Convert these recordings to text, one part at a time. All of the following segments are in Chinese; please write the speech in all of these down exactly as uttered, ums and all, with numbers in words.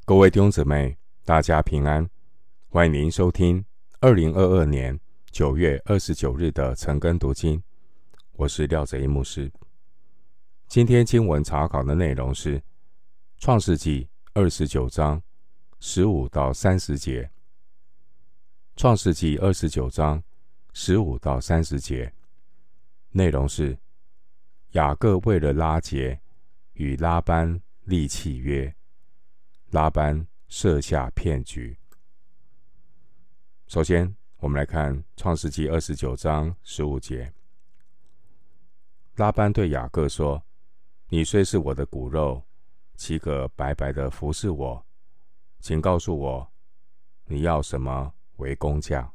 各位弟兄姊妹，大家平安，欢迎您收听二零二二年九月二十九日的晨更读经。我是廖哲一牧师。今天经文查考的内容是创世纪二十九章十五到三十节。创世纪二十九章十五到三十节，内容是雅各为了拉结与拉班立契约，拉班设下骗局。首先，我们来看创世纪二十九章十五节。拉班对雅各说：“你虽是我的骨肉，岂可白白的服侍我？请告诉我，你要什么为工价？”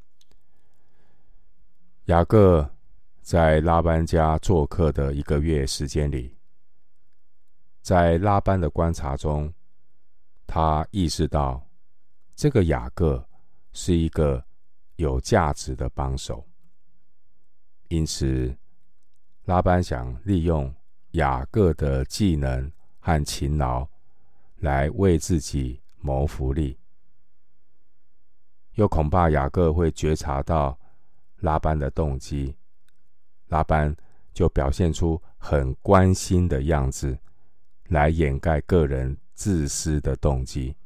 雅各在拉班家做客的一个月时间里，在拉班的观察中，他意识到这个雅各是一个有价值的帮手，因此拉班想利用雅各的技能和勤劳来为自己谋福利，又恐怕雅各会觉察到拉班的动机，拉班就表现出很关心的样子，来掩盖个人自私的动机。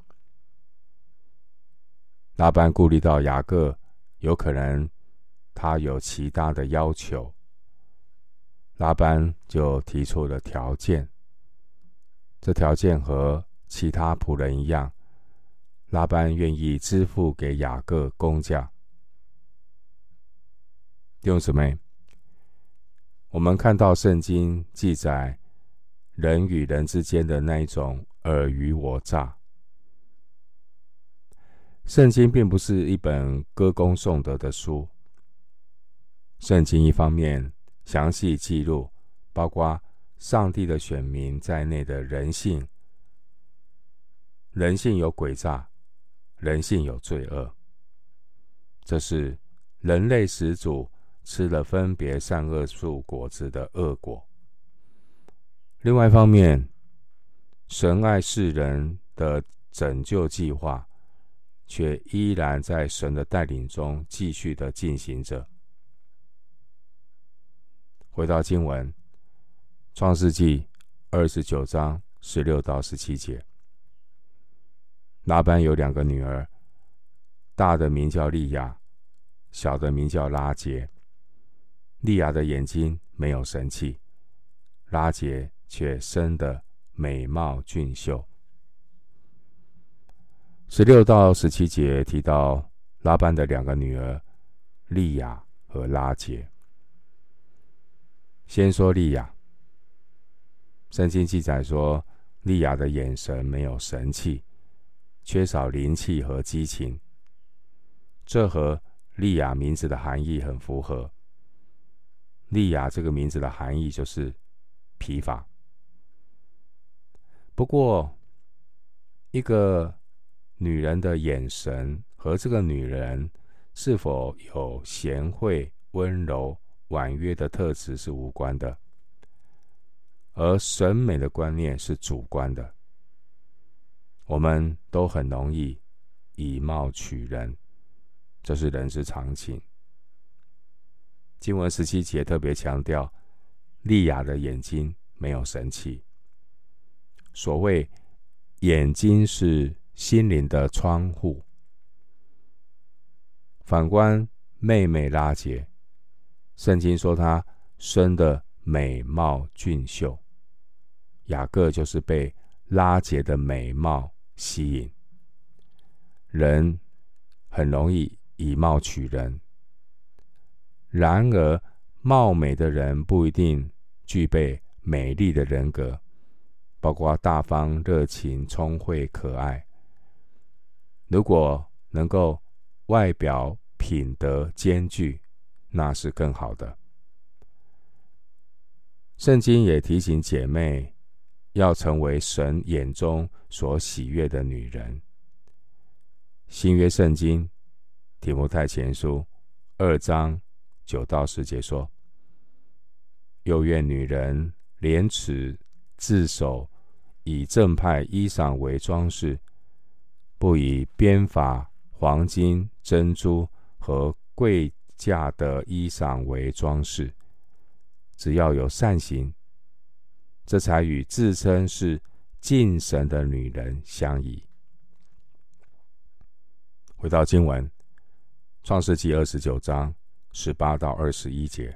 拉班顾虑到雅各有可能他有其他的要求，拉班就提出了条件。这条件和其他仆人一样，拉班愿意支付给雅各工价。弟兄姊妹，我们看到圣经记载人与人之间的那一种尔虞我诈。圣经并不是一本歌功颂德的书，圣经一方面详细记录包括上帝的选民在内的人性，人性有诡诈，人性有罪恶，这是人类始祖吃了分别善恶树果子的恶果。另外一方面，神爱世人的拯救计划却依然在神的带领中继续的进行着。回到经文，创世纪二十九章十六到十七节。拉班有两个女儿，大的名叫利亚，小的名叫拉结。利亚的眼睛没有神气，拉结却生得美貌俊秀。十六到十七节提到拉班的两个女儿利亚和拉结。先说利亚，圣经记载说，利亚的眼神没有神气，缺少灵气和激情，这和利亚名字的含义很符合。利亚这个名字的含义就是疲乏。不过，一个女人的眼神和这个女人是否有贤惠、温柔、婉约的特质是无关的，而审美的观念是主观的。我们都很容易以貌取人，这是人之常情。经文十七节特别强调，利亚的眼睛没有神气。所谓眼睛是心灵的窗户。反观妹妹拉结，圣经说她生得美貌俊秀，雅各就是被拉结的美貌吸引。人很容易以貌取人，然而貌美的人不一定具备美丽的人格，包括大方、热情、聪慧、可爱。如果能够外表品德兼具，那是更好的。圣经也提醒姐妹要成为神眼中所喜悦的女人。新约圣经提摩太前书二章九到十节说：又愿女人廉耻自守，以正派衣裳为装饰， 不以编法、黄金、珍珠和贵价的衣裳为装饰，只要有善行，这才与自称是敬神的女人相宜。回到经文，创世纪二十九章十八到二十一节，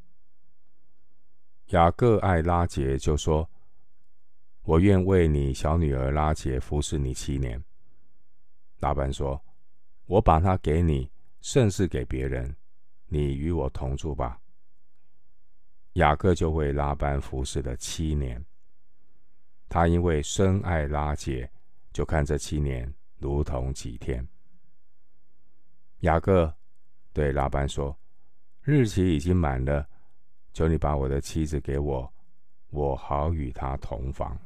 雅各爱拉结，就说：我愿为你小女儿拉结服侍你七年。拉班说：我把她给你，胜似给别人，你与我同住吧。雅各就为拉班服侍了七年。他因为深爱拉结，就看这七年如同几天。雅各对拉班说：日期已经满了，求你把我的妻子给我，我好与她同房。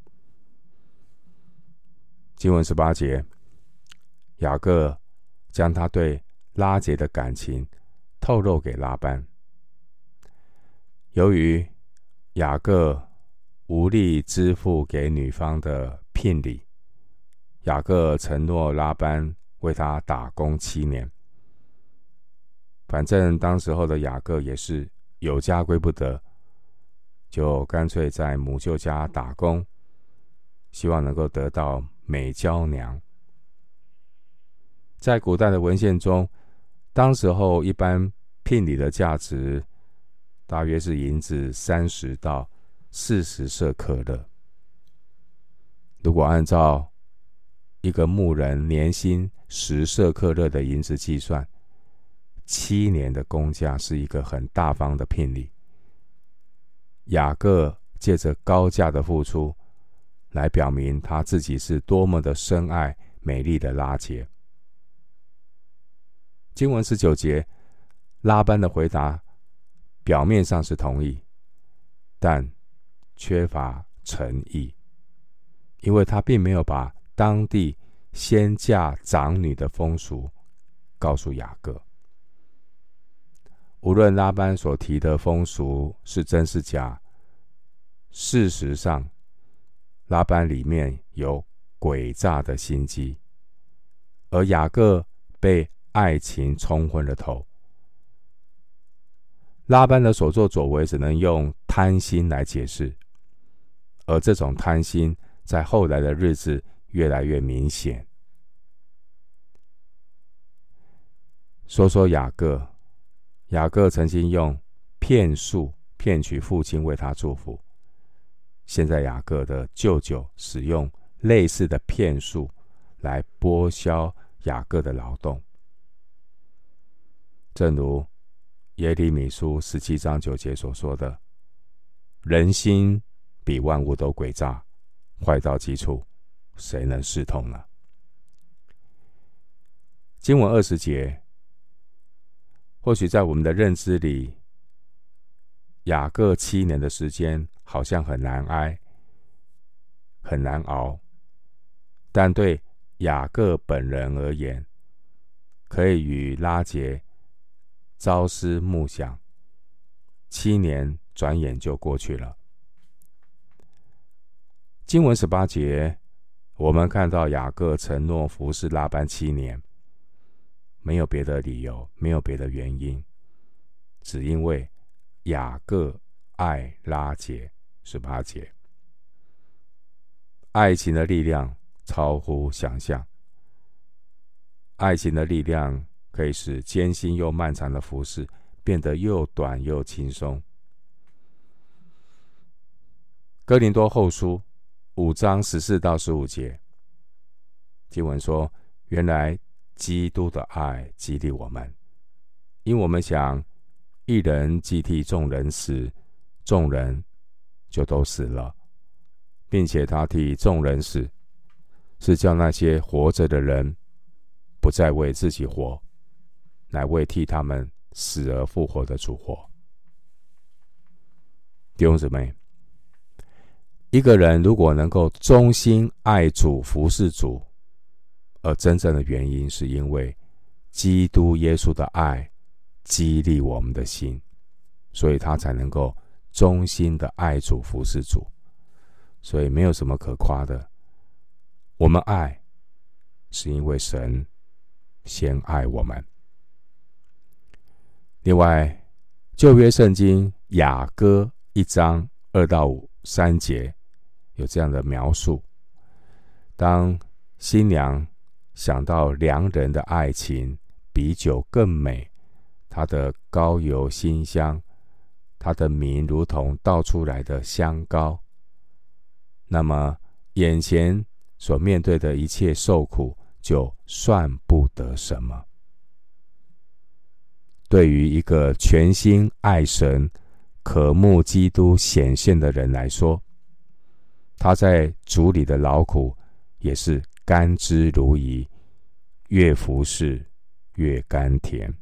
经文十八节，雅各将他对拉结的感情透露给拉班。由于雅各无力支付给女方的聘礼，雅各承诺拉班为他打工七年。反正当时候的雅各也是有家归不得，就干脆在母舅家打工，希望能够得到美娇娘。在古代的文献中，当时候一般聘礼的价值大约是银子三十到四十舍客勒。如果按照一个牧人年薪十舍客勒的银子计算，七年的工价是一个很大方的聘礼。雅各借着高价的付出，来表明他自己是多么的深爱美丽的拉结。经文十九节，拉班的回答表面上是同意，但缺乏诚意，因为他并没有把当地先嫁长女的风俗告诉雅各。无论拉班所提的风俗是真是假，事实上拉班里面有诡诈的心机，而雅各被爱情冲昏了头。拉班的所作所为只能用贪心来解释，而这种贪心在后来的日子越来越明显。说说雅各，雅各曾经用骗术骗取父亲为他祝福，现在雅各的舅舅使用类似的骗术来剥削雅各的劳动。正如耶利米书十七章九节所说的，人心比万物都诡诈，坏到极处，谁能识透呢？经文二十节，或许在我们的认知里，雅各七年的时间好像很难挨，很难熬，但对雅各本人而言，可以与拉结朝思暮想，七年转眼就过去了。经文十八节，我们看到雅各承诺服侍拉班七年，没有别的理由，没有别的原因，只因为雅各爱拉结。十八节，爱情的力量超乎想象，爱情的力量可以使艰辛又漫长的服事变得又短又轻松。哥林多后书五章十四到十五节，经文说：原来基督的爱激励我们，因我们想一人既替众人死，众人就都死了，并且他替众人死，是叫那些活着的人不再为自己活，乃为替他们死而复活的主活。弟兄姊妹，一个人如果能够忠心爱主服侍主，而真正的原因是因为基督耶稣的爱激励我们的心，所以他才能够忠心的爱主服侍主。所以没有什么可夸的，我们爱是因为神先爱我们。另外，旧约圣经雅歌一章二到五三节有这样的描述：当新娘想到良人的爱情比酒更美，他的膏油馨香，他的名如同倒出来的香膏，那么眼前所面对的一切受苦就算不得什么。对于一个全心爱神、渴慕基督显现的人来说，他在主里的劳苦也是甘之如饴，越服侍越甘甜。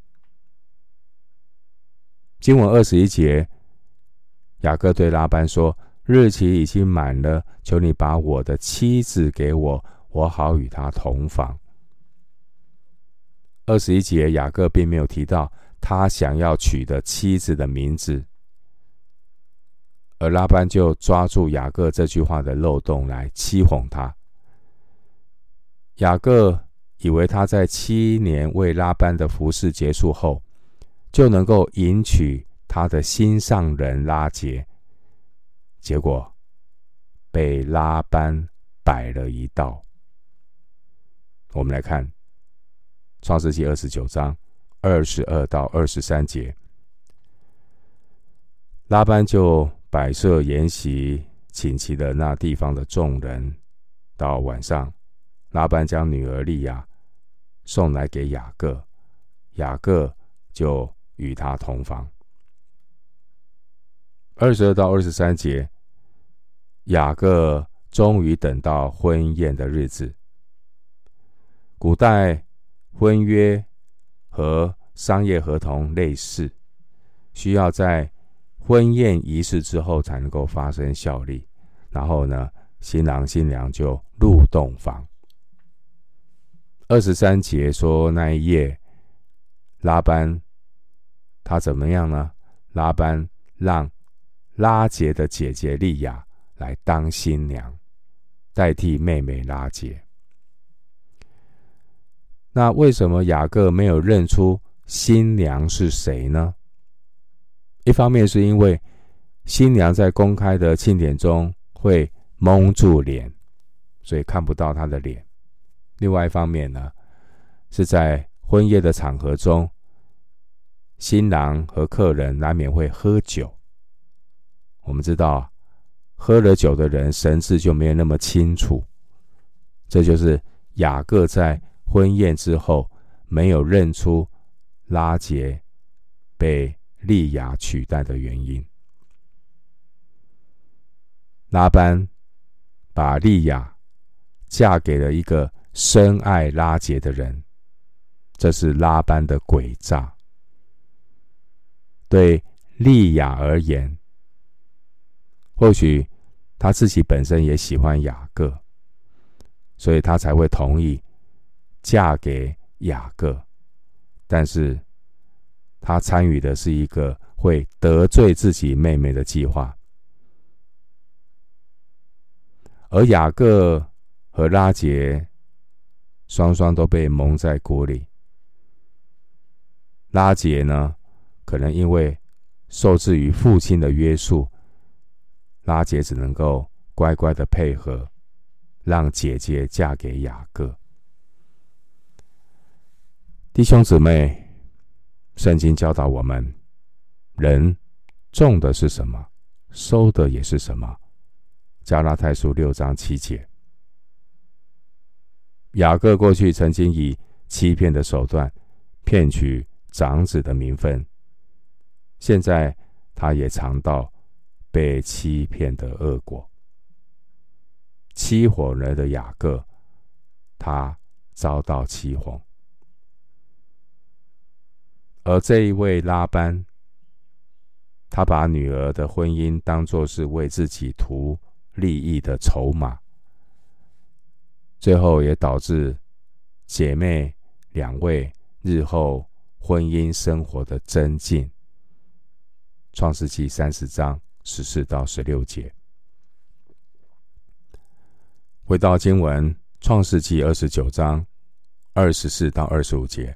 经文二十一节，雅各对拉班说：日期已经满了，求你把我的妻子给我，我好与她同房。二十一节，雅各并没有提到他想要娶的妻子的名字，而拉班就抓住雅各这句话的漏洞来欺哄他。雅各以为他在七年为拉班的服事结束后，就能够迎娶他的心上人拉结，结果被拉班摆了一道。我们来看创世纪二十九章二十二到二十三节，拉班就摆设筵席，请齐了那地方的众人。到晚上，拉班将女儿利亚送来给雅各，雅各就与他同房。二十二到二十三节，雅各终于等到婚宴的日子。古代婚约和商业合同类似，需要在婚宴仪式之后才能够发生效力。然后呢，新郎新娘就入洞房。二十三节说，那一夜拉班他怎么样呢？拉班让拉结的姐姐利亚来当新娘，代替妹妹拉结。那为什么雅各没有认出新娘是谁呢？一方面是因为新娘在公开的庆典中会蒙住脸，所以看不到她的脸。另外一方面呢，是在婚宴的场合中，新郎和客人难免会喝酒。我们知道，喝了酒的人神志就没有那么清楚，这就是雅各在婚宴之后没有认出拉结被利亚取代的原因。拉班把利亚嫁给了一个深爱拉结的人，这是拉班的诡诈。对利亚而言，或许他自己本身也喜欢雅各，所以他才会同意嫁给雅各，但是他参与的是一个会得罪自己妹妹的计划。而雅各和拉结双双都被蒙在鼓里。拉结呢，可能因为受制于父亲的约束，拉结只能够乖乖的配合，让姐姐嫁给雅各。弟兄姊妹，圣经教导我们，人种的是什么，收的也是什么。加拉太书六章七节。雅各过去曾经以欺骗的手段骗取长子的名分，现在他也尝到被欺骗的恶果。欺哄人的雅各，他遭到欺哄。而这一位拉班，他把女儿的婚姻当作是为自己图利益的筹码，最后也导致姐妹两位日后婚姻生活的增进。创世纪三十章十四到十六节。回到经文，创世纪二十九章二十四到二十五节，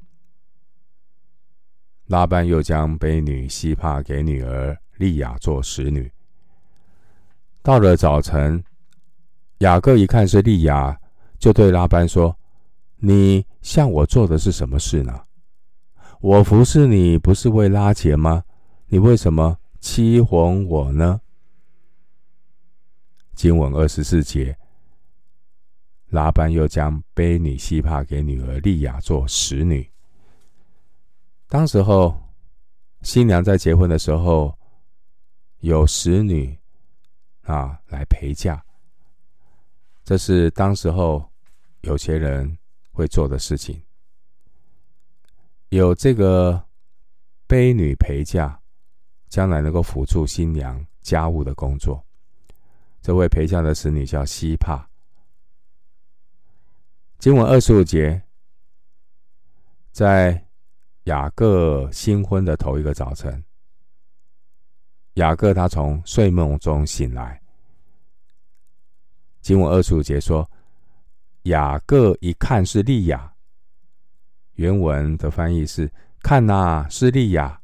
拉班又将婢女西帕给女儿利亚做使女。到了早晨，雅各一看是利亚，就对拉班说：你向我做的是什么事呢？我服侍你不是为拉结吗？你为什么欺哄我呢？经文二十四节，拉班又将婢女西帕给女儿利亚做使女。当时候新娘在结婚的时候有使女啊来陪嫁，这是当时候有钱人会做的事情。有这个婢女陪嫁，将来能够辅助新娘家务的工作。这位陪嫁的使女叫西帕。经文二十五节，在雅各新婚的头一个早晨，雅各他从睡梦中醒来。经文二十五节说，雅各一看是利亚，原文的翻译是看哪，是利亚。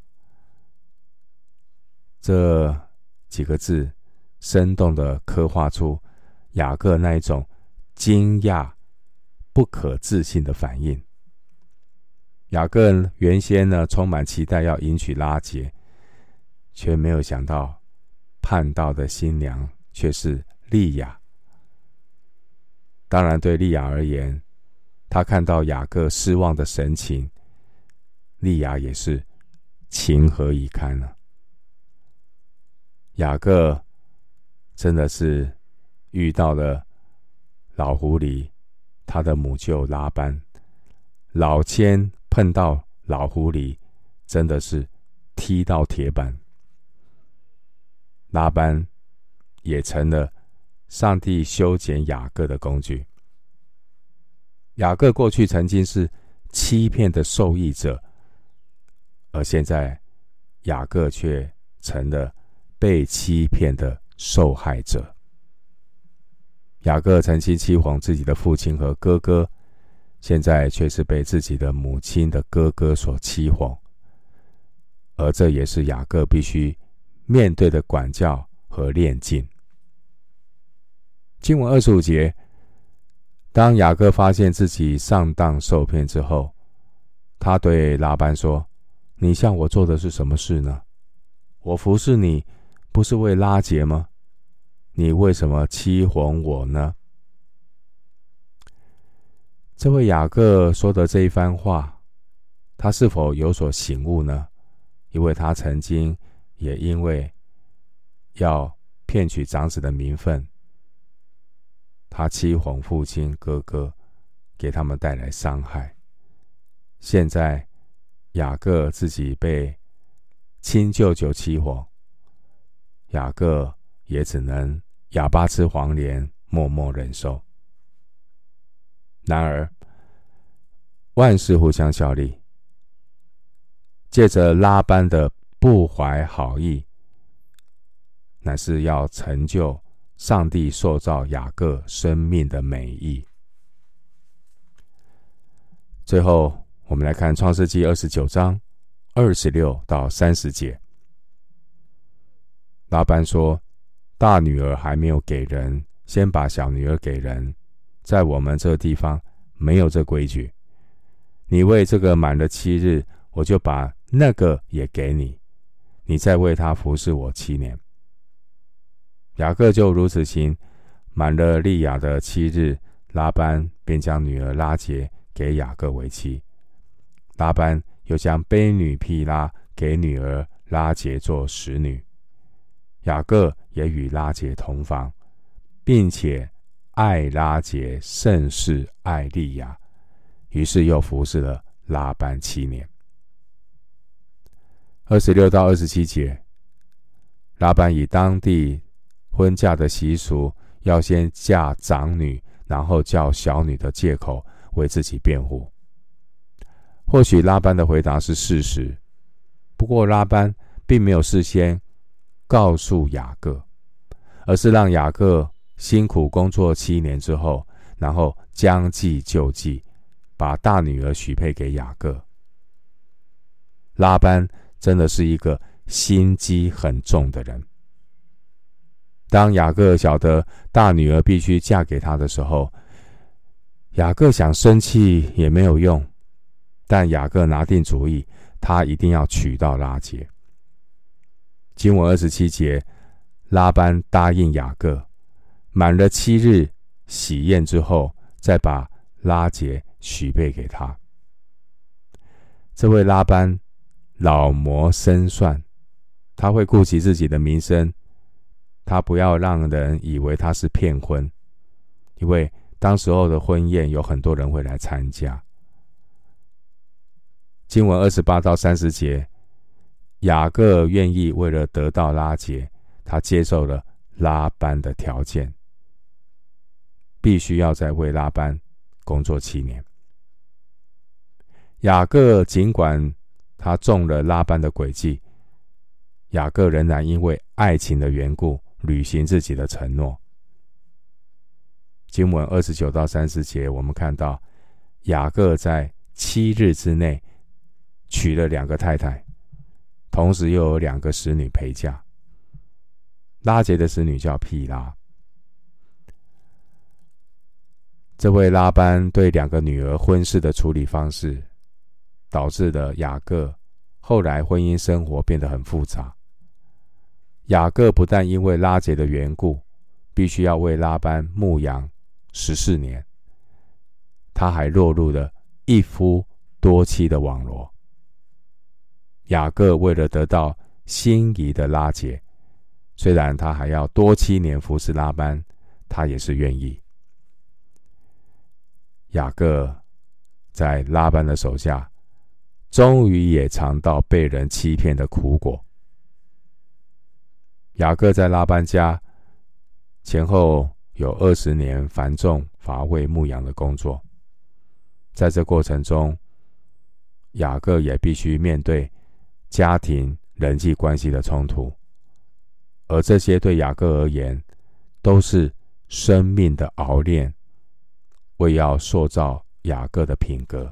这几个字生动地刻画出雅各那一种惊讶不可置信的反应。雅各原先呢充满期待要迎娶拉结，却没有想到盼到的新娘却是利亚。当然对利亚而言，她看到雅各失望的神情，利亚也是情何以堪呢？雅各真的是遇到了老狐狸，他的母舅拉班。老千碰到老狐狸，真的是踢到铁板。拉班也成了上帝修剪雅各的工具。雅各过去曾经是欺骗的受益者，而现在雅各却成了被欺骗的受害者。雅各曾经欺哄自己的父亲和哥哥，现在却是被自己的母亲的哥哥所欺哄，而这也是雅各必须面对的管教和炼净。经文二十五节，当雅各发现自己上当受骗之后，他对拉班说：你向我做的是什么事呢？我服侍你不是为拉结吗？你为什么欺哄我呢？这位雅各说的这一番话，他是否有所醒悟呢？因为他曾经也因为要骗取长子的名分，他欺哄父亲哥哥，给他们带来伤害。现在雅各自己被亲舅舅欺哄，雅各也只能哑巴吃黄连，默默忍受。然而万事互相效力，借着拉班的不怀好意，乃是要成就上帝塑造雅各生命的美意。最后我们来看创世纪二十九章二十六到三十节。拉班说，大女儿还没有给人，先把小女儿给人，在我们这地方没有这规矩。你为这个满了七日，我就把那个也给你，你再为他服侍我七年。雅各就如此行，满了利亚的七日，拉班便将女儿拉结给雅各为妻。拉班又将婢女毗拉给女儿拉结做使女。雅各也与拉结同房，并且爱拉结甚是爱利亚，于是又服侍了拉班七年。二十六到二十七节，拉班以当地婚嫁的习俗，要先嫁长女，然后叫小女的借口为自己辩护。或许拉班的回答是事实，不过拉班并没有事先告诉雅各，而是让雅各辛苦工作七年之后，然后将计就计， 把大女儿许配给雅各。拉班真的是一个心机很重的人。当雅各晓得大女儿必须嫁给他的时候，雅各想生气也没有用，但雅各拿定主意，他一定要娶到拉结。经文二十七节，拉班答应雅各，满了七日喜宴之后，再把拉结许配给他。这位拉班老谋深算，他会顾及自己的名声，他不要让人以为他是骗婚，因为当时候的婚宴有很多人会来参加。经文二十八到三十节，雅各愿意为了得到拉结，他接受了拉班的条件，必须要在为拉班工作七年。雅各尽管他中了拉班的诡计，雅各仍然因为爱情的缘故履行自己的承诺。经文二十九到三十节，我们看到雅各在七日之内娶了两个太太，同时又有两个使女陪嫁。拉结的使女叫毗拉。这位拉班对两个女儿婚事的处理方式，导致了雅各后来婚姻生活变得很复杂。雅各不但因为拉结的缘故，必须要为拉班牧羊十四年，他还落入了一夫多妻的网罗。雅各为了得到心仪的拉结，虽然他还要多七年服侍拉班，他也是愿意。雅各在拉班的手下，终于也尝到被人欺骗的苦果。雅各在拉班家前后有二十年繁重乏味牧羊的工作，在这过程中，雅各也必须面对家庭人际关系的冲突，而这些对雅各而言都是生命的熬炼，为要塑造雅各的品格。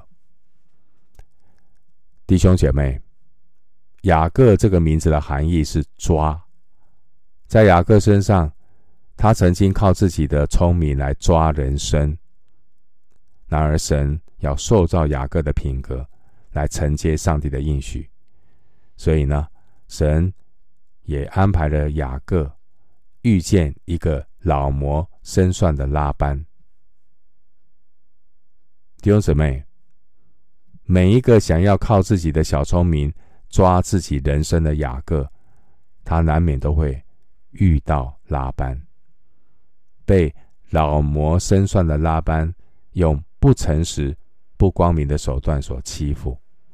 弟兄姐妹，雅各这个名字的含义是抓。在雅各身上，他曾经靠自己的聪明来抓人生，然而神要塑造雅各的品格，来承接上帝的应许。所以呢，神也安排了雅各遇见一个老谋深算的拉班。弟兄姊妹，每一个想要靠自己的小聪明抓自己人生的雅各，他难免都会遇到拉班，被老谋深算的拉班用不诚实、不光明的手段所欺负。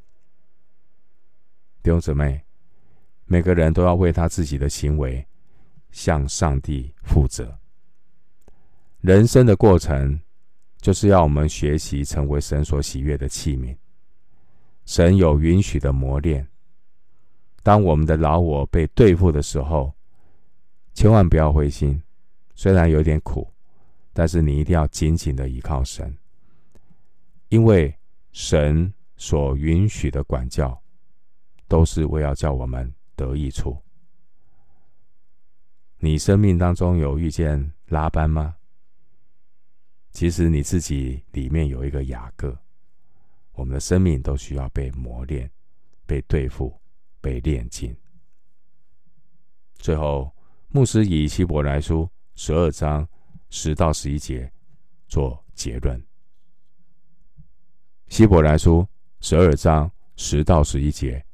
弟兄姊妹，每个人都要为他自己的行为向上帝负责。人生的过程就是要我们学习成为神所喜悦的器皿。神有允许的磨练，当我们的老我被对付的时候，千万不要灰心，虽然有点苦，但是你一定要紧紧的依靠神，因为神所允许的管教都是为要叫我们得益处。你生命当中有遇见拉班吗？其实你自己里面有一个雅各。我们的生命都需要被磨练、被对付、被炼净。最后，牧师以希伯来书十二章十到十一节做结论。希伯来书十二章十到十一节，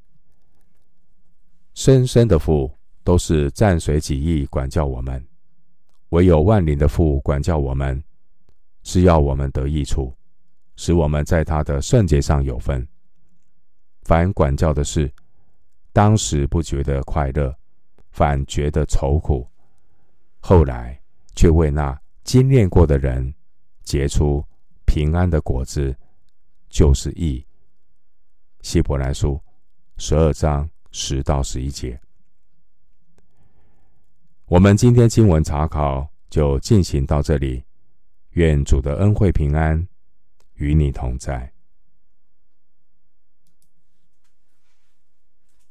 生生的父都是暂随己意管教我们，唯有万灵的父管教我们，是要我们得益处，使我们在他的圣洁上有分。凡管教的事，当时不觉得快乐，反觉得愁苦，后来却为那经炼过的人结出平安的果子，就是义。希伯来书十二章十到十一节。我们今天经文查考就进行到这里，愿主的恩惠平安与你同在。